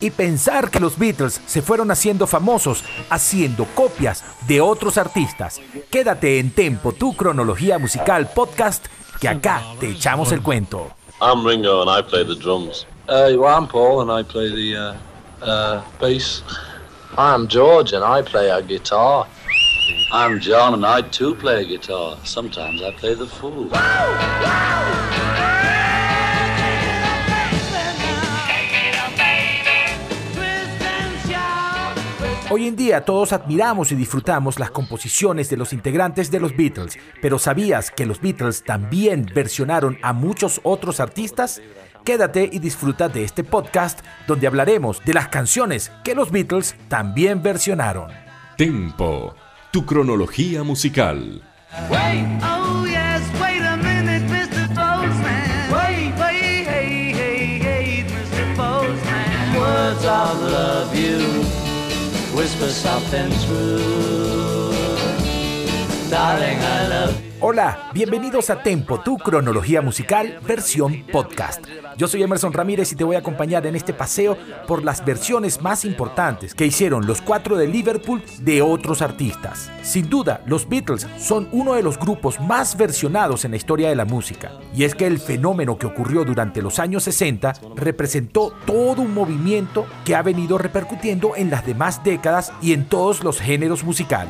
Y pensar que los Beatles se fueron haciendo famosos haciendo copias de otros artistas. Quédate en Tempo, tu cronología musical podcast, que acá te echamos el cuento. I'm Ringo and I play the drums. I'm Paul and I play the bass. I'm George and I play a guitar. I'm John and I too play a guitar. Sometimes I play the fool. Hoy en día todos admiramos y disfrutamos las composiciones de los integrantes de los Beatles, pero ¿sabías que los Beatles también versionaron a muchos otros artistas? Quédate y disfruta de este podcast donde hablaremos de las canciones que los Beatles también versionaron. Tempo, tu cronología musical. Wait, oh yes, wait a minute, Mr. Postman. Wait, hey, Mr. Postman. Words of love you whisper soft and true. Darling, I love you. Hola, bienvenidos a Tempo, tu cronología musical versión podcast. Yo soy Emerson Ramírez y te voy a acompañar en este paseo por las versiones más importantes que hicieron los 4 de Liverpool de otros artistas. Sin duda, los Beatles son uno de los grupos más versionados en la historia de la música. Y es que el fenómeno que ocurrió durante los años 60 representó todo un movimiento que ha venido repercutiendo en las demás décadas y en todos los géneros musicales.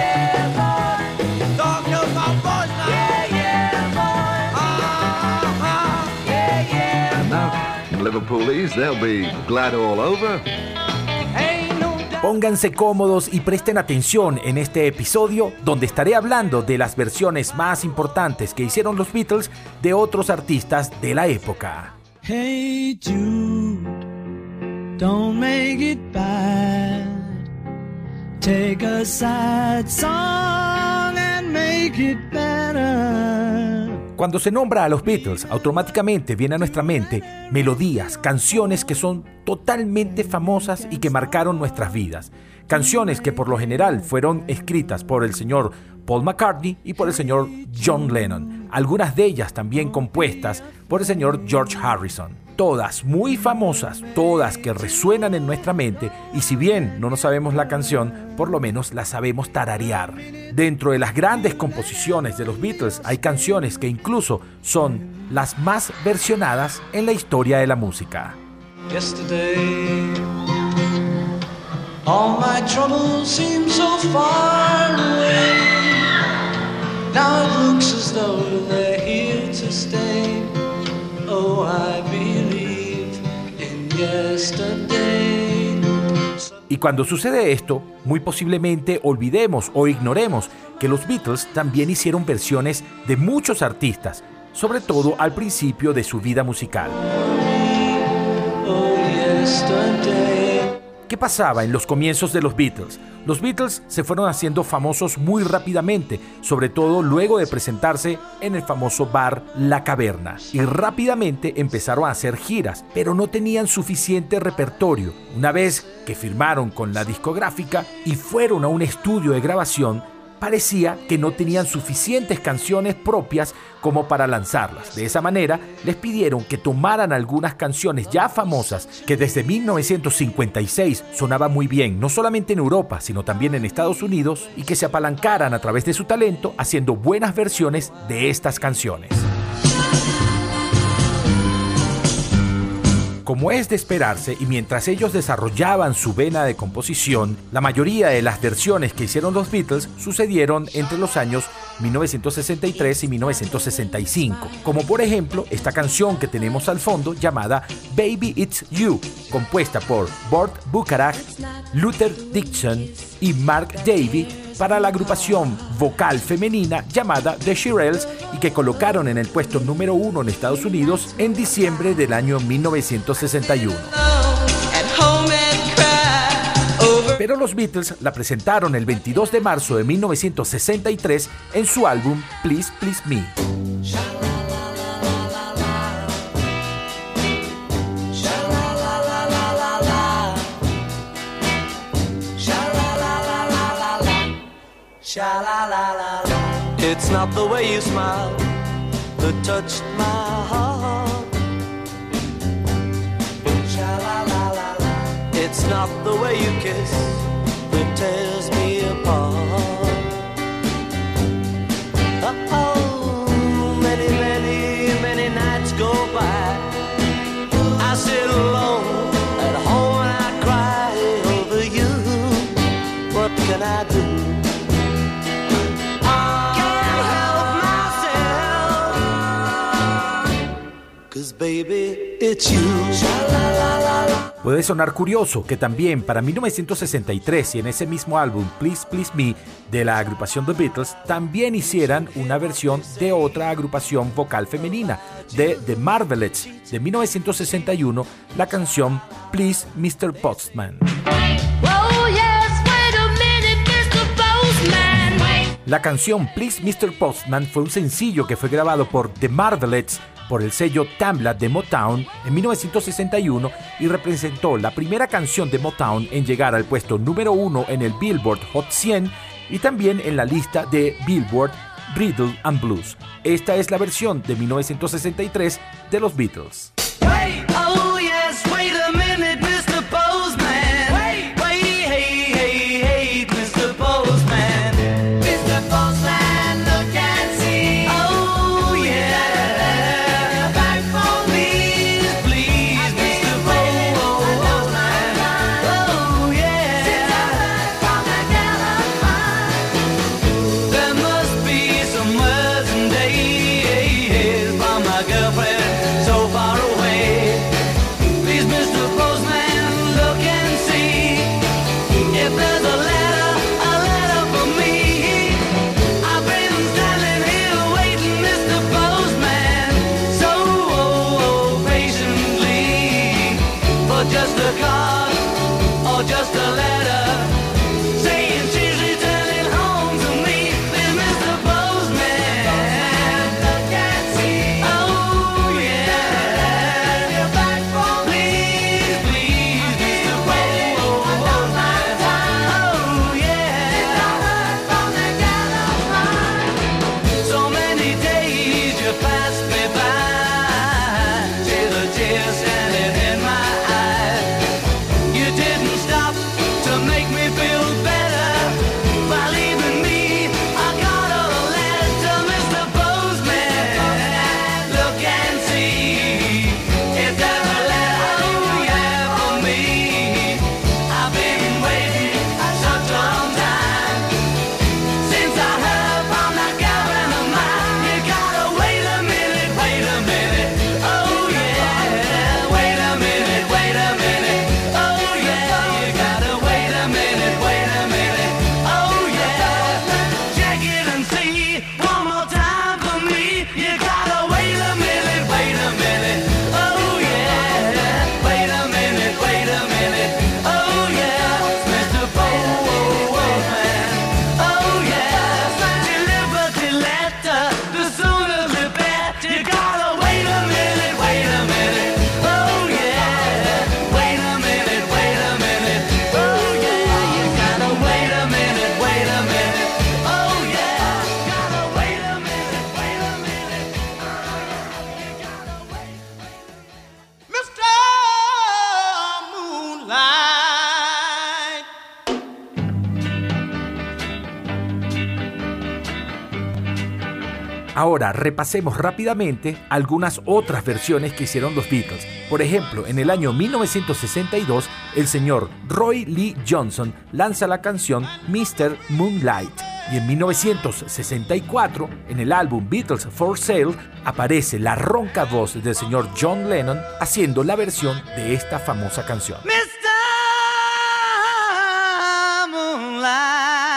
Liverpoolese, they'll be glad all over. Pónganse cómodos y presten atención en este episodio donde estaré hablando de las versiones más importantes que hicieron los Beatles de otros artistas de la época. Hey Jude, don't make it bad. Take a sad song and make it better. Cuando se nombra a los Beatles, automáticamente viene a nuestra mente melodías, canciones que son totalmente famosas y que marcaron nuestras vidas. Canciones que por lo general fueron escritas por el señor Paul McCartney y por el señor John Lennon. Algunas de ellas también compuestas por el señor George Harrison. Todas muy famosas, todas que resuenan en nuestra mente y si bien no nos sabemos la canción, por lo menos la sabemos tararear. Dentro de las grandes composiciones de los Beatles hay canciones que incluso son las más versionadas en la historia de la música. Yesterday, all my troubles seem so far away. Now it looks as though they're here to stay. Oh, I believe in yesterday. Y cuando sucede esto, muy posiblemente olvidemos o ignoremos que los Beatles también hicieron versiones de muchos artistas, sobre todo al principio de su vida musical. Oh, yesterday. ¿Qué pasaba en los comienzos de los Beatles? Los Beatles se fueron haciendo famosos muy rápidamente, sobre todo luego de presentarse en el famoso bar La Caverna. Y rápidamente empezaron a hacer giras, pero no tenían suficiente repertorio. Una vez que firmaron con la discográfica y fueron a un estudio de grabación, parecía que no tenían suficientes canciones propias como para lanzarlas. De esa manera, les pidieron que tomaran algunas canciones ya famosas que desde 1956 sonaban muy bien, no solamente en Europa, sino también en Estados Unidos, y que se apalancaran a través de su talento haciendo buenas versiones de estas canciones. Como es de esperarse, y mientras ellos desarrollaban su vena de composición, la mayoría de las versiones que hicieron los Beatles sucedieron entre los años 1963 y 1965, como por ejemplo esta canción que tenemos al fondo llamada Baby It's You, compuesta por Burt Bacharach, Luther Dixon y Mark David para la agrupación vocal femenina llamada The Shirelles y que colocaron en el puesto número 1 en Estados Unidos en diciembre del año 1961. Pero los Beatles la presentaron el 22 de marzo de 1963 en su álbum Please Please Me. It's not the way you smile that touched my heart. It's not the way you kiss that tears me apart. Oh, many, many, many nights go by. I sit alone at home and I cry over you. What can I do? I can't help myself, 'cause baby, it's you. Puede sonar curioso que también para 1963 y en ese mismo álbum Please Please Me de la agrupación The Beatles también hicieran una versión de otra agrupación vocal femenina de The Marvelettes de 1961, la canción Please Mr. Postman. La canción Please Mr. Postman fue un sencillo que fue grabado por The Marvelettes por el sello Tamla de Motown en 1961 y representó la primera canción de Motown en llegar al puesto número 1 en el Billboard Hot 100 y también en la lista de Billboard Rhythm and Blues. Esta es la versión de 1963 de los Beatles. Wait, oh yes, wait a minute, Mr. Postman. Wait, hey, hey, hey, Mr. Postman. Mr. Postman, look and see. Oh yeah, back for me, please, Mr. Postman. Oh yeah, there must be some words and days from my girlfriend so far away. Please, Mr. Postman, look and see if there's a letter for me. I've been standing here waiting, Mr. Postman, so patiently for just a card or just a letter saying she's returning home to me. Please, Mr. Postman, look and see. Oh yeah, you're back for please, please, Mr. Postman. Oh yeah, so many days you passed me by, tears of tears standing in my eyes. You didn't stop to make me feel better by leaving me a card or a letter to Mr. Postman. Look and see if there's a letter, oh yeah, for me. I've been waiting such a long time since I heard from that girlfriend of mine. You gotta wait a minute, oh yeah, wait a minute, oh yeah, you gotta wait a minute, oh yeah, check it and see one more time for me. You gotta wait a minute, oh yeah, wait a minute, oh yeah, Mr. Postman, oh yeah, deliver the letter, the sooner the better. You gotta wait a minute, oh yeah, wait a minute, oh yeah, you gotta wait a minute, oh yeah, gotta wait a minute, Mr. Moonlight. Ahora repasemos rápidamente algunas otras versiones que hicieron los Beatles. Por ejemplo, en el año 1962, el señor Roy Lee Johnson lanza la canción Mr. Moonlight. Y en 1964, en el álbum Beatles for Sale, aparece la ronca voz del señor John Lennon haciendo la versión de esta famosa canción. Mr. Moonlight,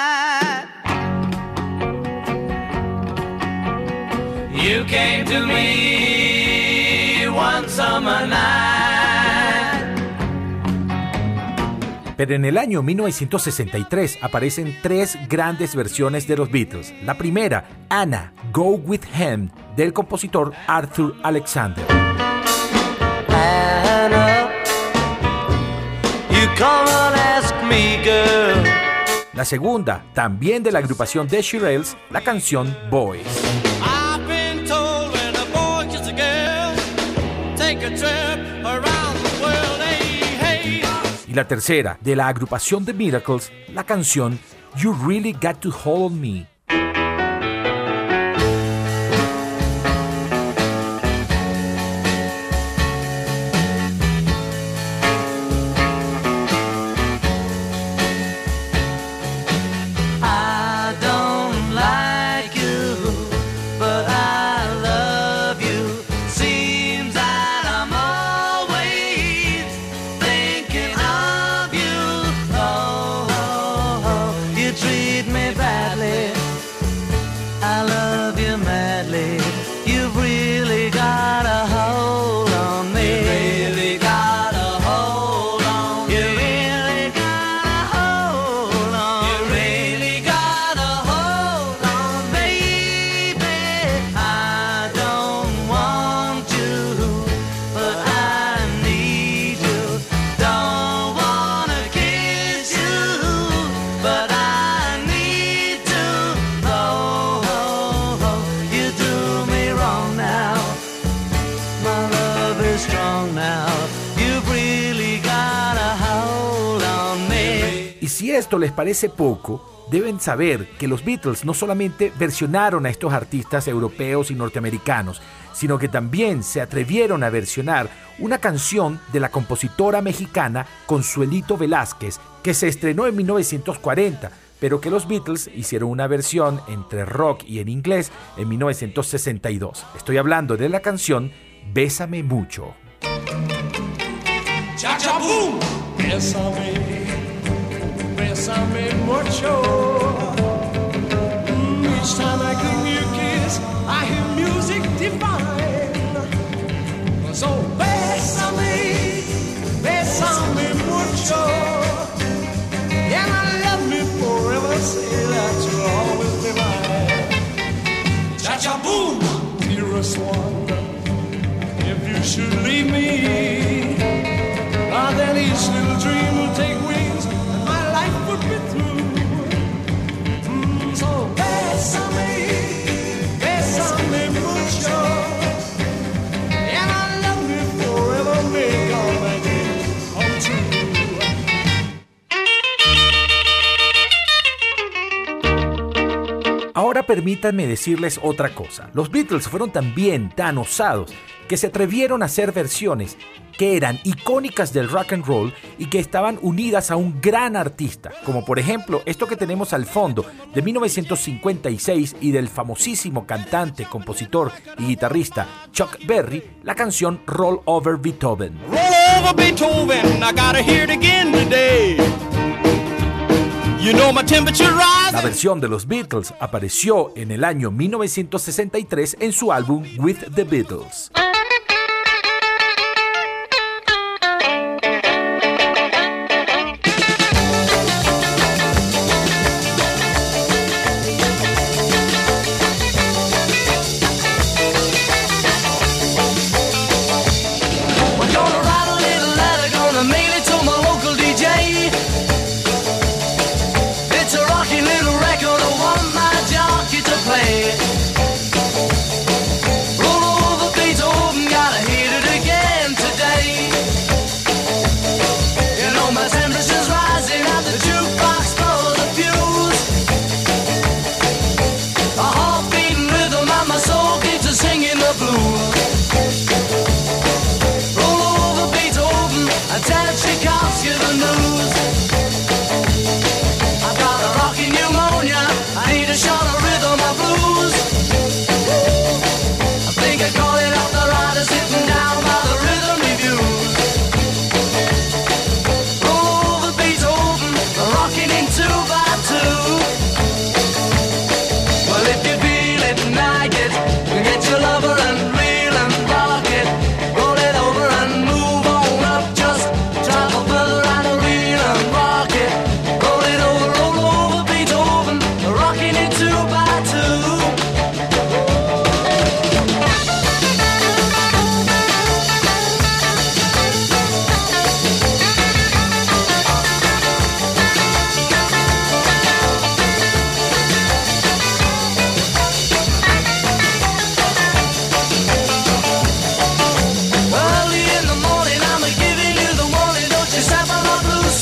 you came to me one summer night. Pero en el año 1963 aparecen tres grandes versiones de los Beatles. La primera, Anna, Go With Him, del compositor Arthur Alexander. Anna, you come and ask me, girl. La segunda, también de la agrupación The Shirelles, la canción Boys. I've been told when a boy kisses a girl, take a trip around the world, hey, hey. la tercera, de la agrupación The Miracles, la canción You Really Got to Hold Me. Si esto les parece poco, deben saber que los Beatles no solamente versionaron a estos artistas europeos y norteamericanos, sino que también se atrevieron a versionar una canción de la compositora mexicana Consuelito Velázquez, que se estrenó en 1940, pero que los Beatles hicieron una versión entre rock y en inglés en 1962. Estoy hablando de la canción Bésame Mucho. Cha-cha boom, bésame mucho. Each time I give you a kiss, I hear music divine. So bésame mucho. And I love me forever, say that you'll always be mine. Cha-cha boom, dearest one, if you should leave me, then each little dream will take wings and my life would be through. So bésame mucho, and I love you forever, make all my dreams come true. Ahora permítanme decirles otra cosa. Los Beatles fueron también tan osados que se atrevieron a hacer versiones que eran icónicas del rock and roll y que estaban unidas a un gran artista, como por ejemplo esto que tenemos al fondo de 1956 y del famosísimo cantante, compositor y guitarrista Chuck Berry, la canción Roll Over Beethoven. Roll over Beethoven, I gotta hear it again today. You know my temperature rising. La versión de los Beatles apareció en el año 1963 en su álbum With the Beatles.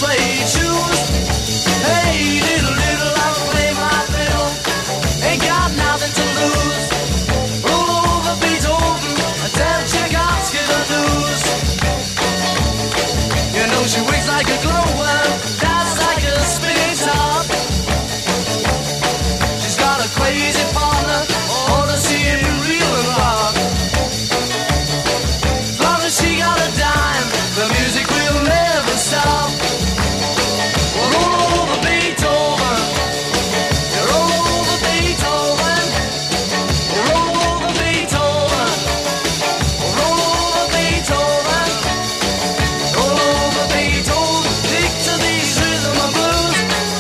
suede shoes. Hey, little, little, I'll play my fiddle. Ain't got nothing to lose. Roll over Beethoven and tell Tchaikovsky the news. You know she wakes like a glowworm, dance like a spinning top. She's got a crazy partner, ought to see him reel and rock. As long as she got a dime, the music will never stop. Roll over Beethoven, roll over Beethoven, roll over Beethoven, roll over Beethoven, roll over Beethoven, stick to these rhythm and blues.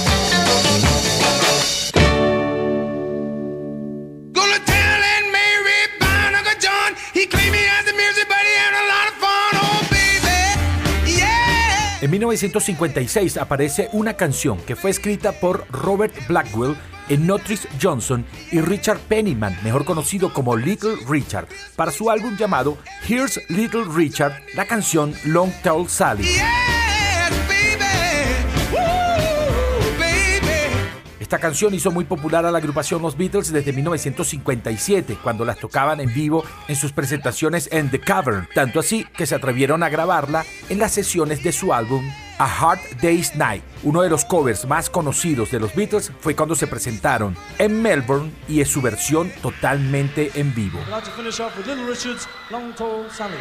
Gonna tell Aunt Mary about Uncle John. He claimed he had the music, but he had a lot of fun. Oh, baby, yeah. En 1956 aparece una canción que fue escrita por Robert Blackwell, Enotrice Johnson y Richard Penniman, mejor conocido como Little Richard, para su álbum llamado Here's Little Richard, la canción Long Tall Sally. Yes, baby. Woo, baby. Esta canción hizo muy popular a la agrupación Los Beatles desde 1957, cuando las tocaban en vivo en sus presentaciones en The Cavern, tanto así que se atrevieron a grabarla en las sesiones de su álbum A Hard Day's Night. Uno de los covers más conocidos de los Beatles fue cuando se presentaron en Melbourne y es su versión totalmente en vivo. I'd like to finish off with Little Richard's Long Tall Sally.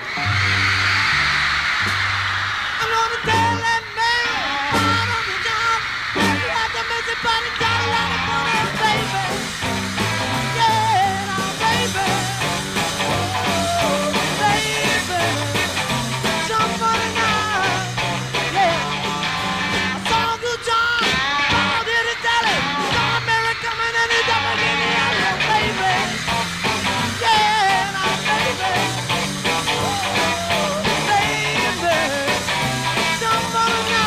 I'm gonna tell that man about Uncle John. He had the music, but he got a lot of fun, baby. Yeah, now, baby. Oh, baby. Somebody now. Yeah. I saw Uncle John. Oh, did he tell it? Saw Mary coming and he jumping in the alley, baby. Yeah, now, baby. Oh, baby. Somebody now.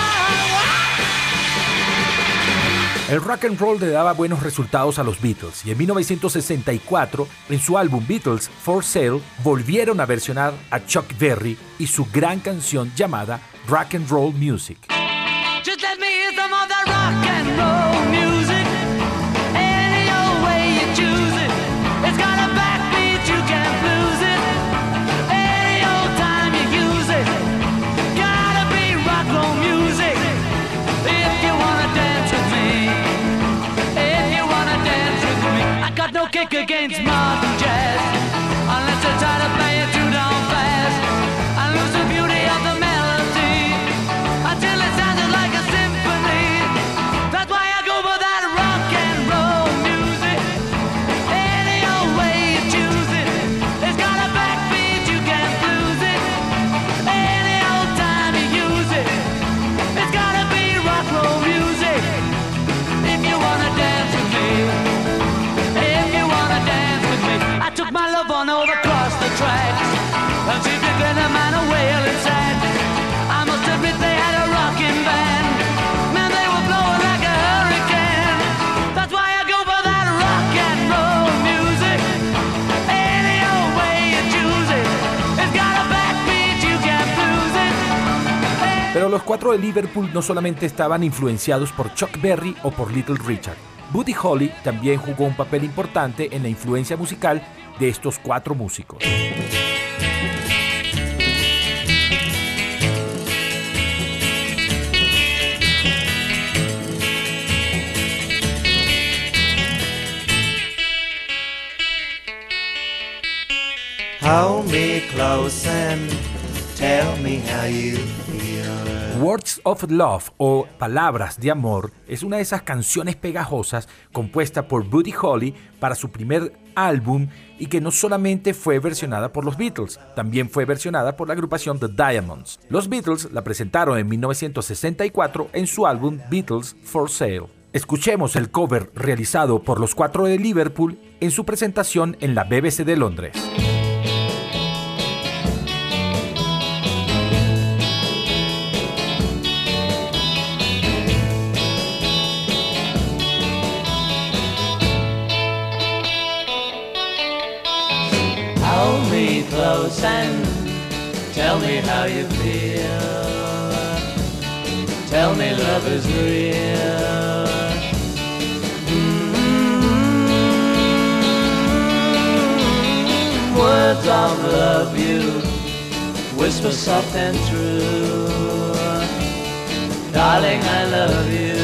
El rock and roll le daba buenos resultados a los Beatles y en 1964, en su álbum Beatles for Sale, volvieron a versionar a Chuck Berry y su gran canción llamada Rock and Roll Music. Just let me hear some of that rock and roll music. Any old way you choose it. It's got a backbeat, you can't lose it. Any old time you use it. Gotta be rock and roll music. If you wanna dance with me. If you wanna dance with me. I got no kick against modern jazz. Unless I try to play it too down fast. I lose the beauty of the melody. Until it sounded like a symphony. That's why I go for that rock and roll music. Any old way you choose it. It's got a backbeat, you can't lose it. Any old time you use it. It's gotta be rock and roll music. If you wanna dance with me. If you wanna dance with me. I took my love on over across the tracks. And she picking a man a wailing sad. I must admit they had a rockin' band. Man, they were blowing like a hurricane. That's why I go for that rock and roll music. Any old way you choose it. It's got a backbeat, you can't lose it. Pero los cuatro de Liverpool no solamente estaban influenciados por Chuck Berry o por Little Richard. Buddy Holly también jugó un papel importante en la influencia musical de estos cuatro músicos. Hold me close and tell me how you feel. Words of Love o Palabras de Amor es una de esas canciones pegajosas compuesta por Buddy Holly para su primer álbum y que no solamente fue versionada por los Beatles, también fue versionada por la agrupación The Diamonds. Los Beatles la presentaron en 1964 en su álbum Beatles for Sale. Escuchemos el cover realizado por los cuatro de Liverpool en su presentación en la BBC de Londres. Hold me close and tell me how you feel. tell me love is real. Words of love you whisper soft and true. Darling, I love you.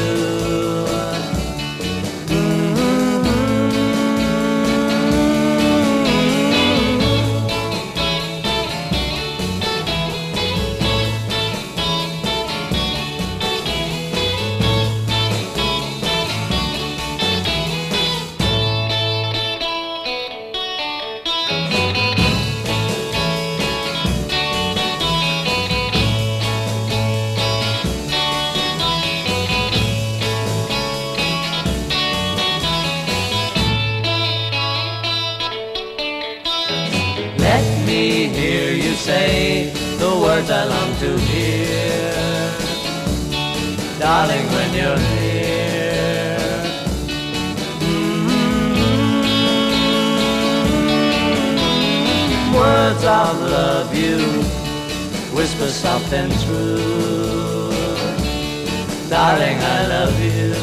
Say the words I long to hear, darling, when you're near. Words of love you whisper soft and true, darling, I love you.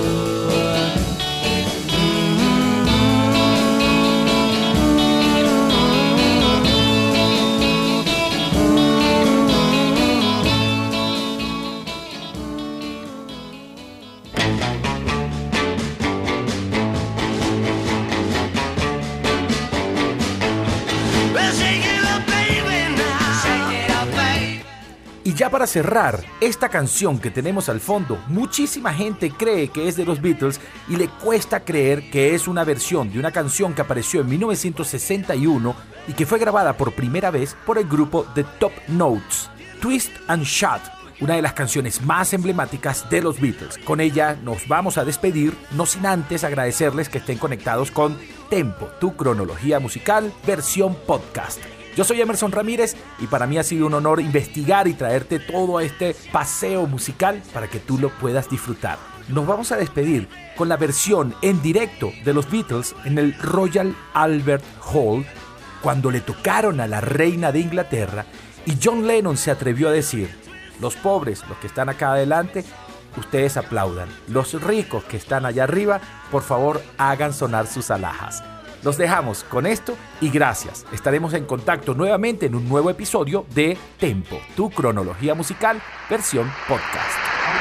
Y ya para cerrar, esta canción que tenemos al fondo, muchísima gente cree que es de los Beatles y le cuesta creer que es una versión de una canción que apareció en 1961 y que fue grabada por primera vez por el grupo The Top Notes. Twist and Shout, una de las canciones más emblemáticas de los Beatles. Con ella nos vamos a despedir, no sin antes agradecerles que estén conectados con Tempo, tu cronología musical, versión podcast. Yo soy Emerson Ramírez y para mí ha sido un honor investigar y traerte todo este paseo musical para que tú lo puedas disfrutar. Nos vamos a despedir con la versión en directo de los Beatles en el Royal Albert Hall, cuando le tocaron a la reina de Inglaterra y John Lennon se atrevió a decir: los pobres, los que están acá adelante, ustedes aplaudan. Los ricos que están allá arriba, por favor, hagan sonar sus alhajas. Los dejamos con esto y gracias. Estaremos en contacto nuevamente en un nuevo episodio de Tempo, tu cronología musical, versión podcast.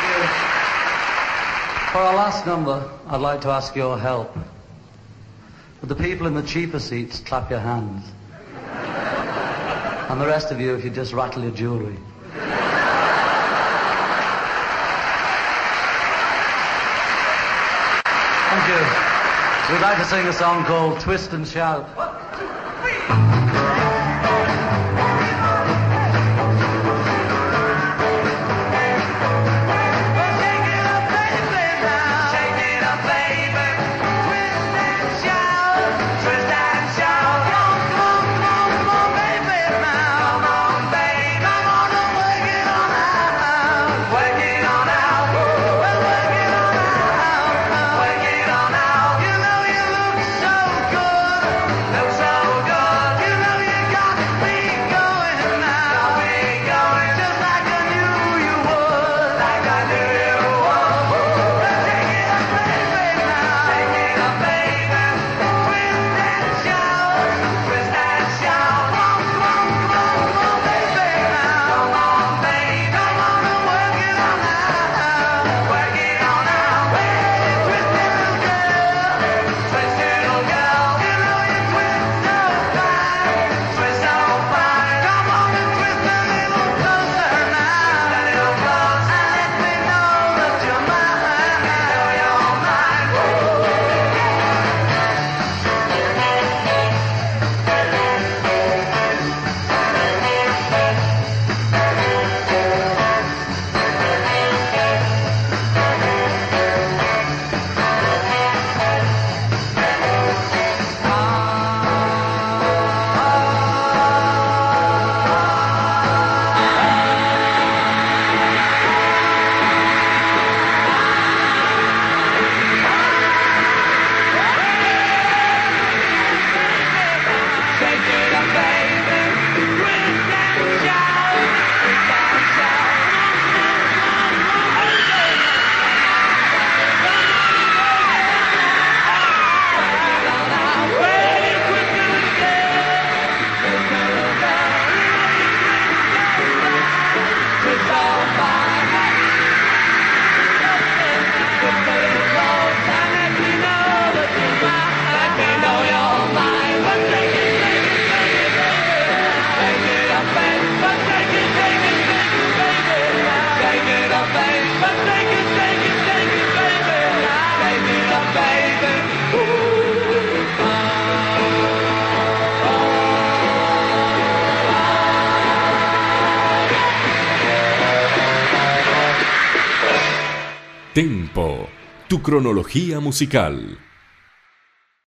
For our last number, I'd like to ask your help. Would the people in the cheaper seats clap your hands? And the rest of you, if you just rattle your jewelry. Thank you. We'd like to sing a song called Twist and Shout. No Tempo, tu cronología musical.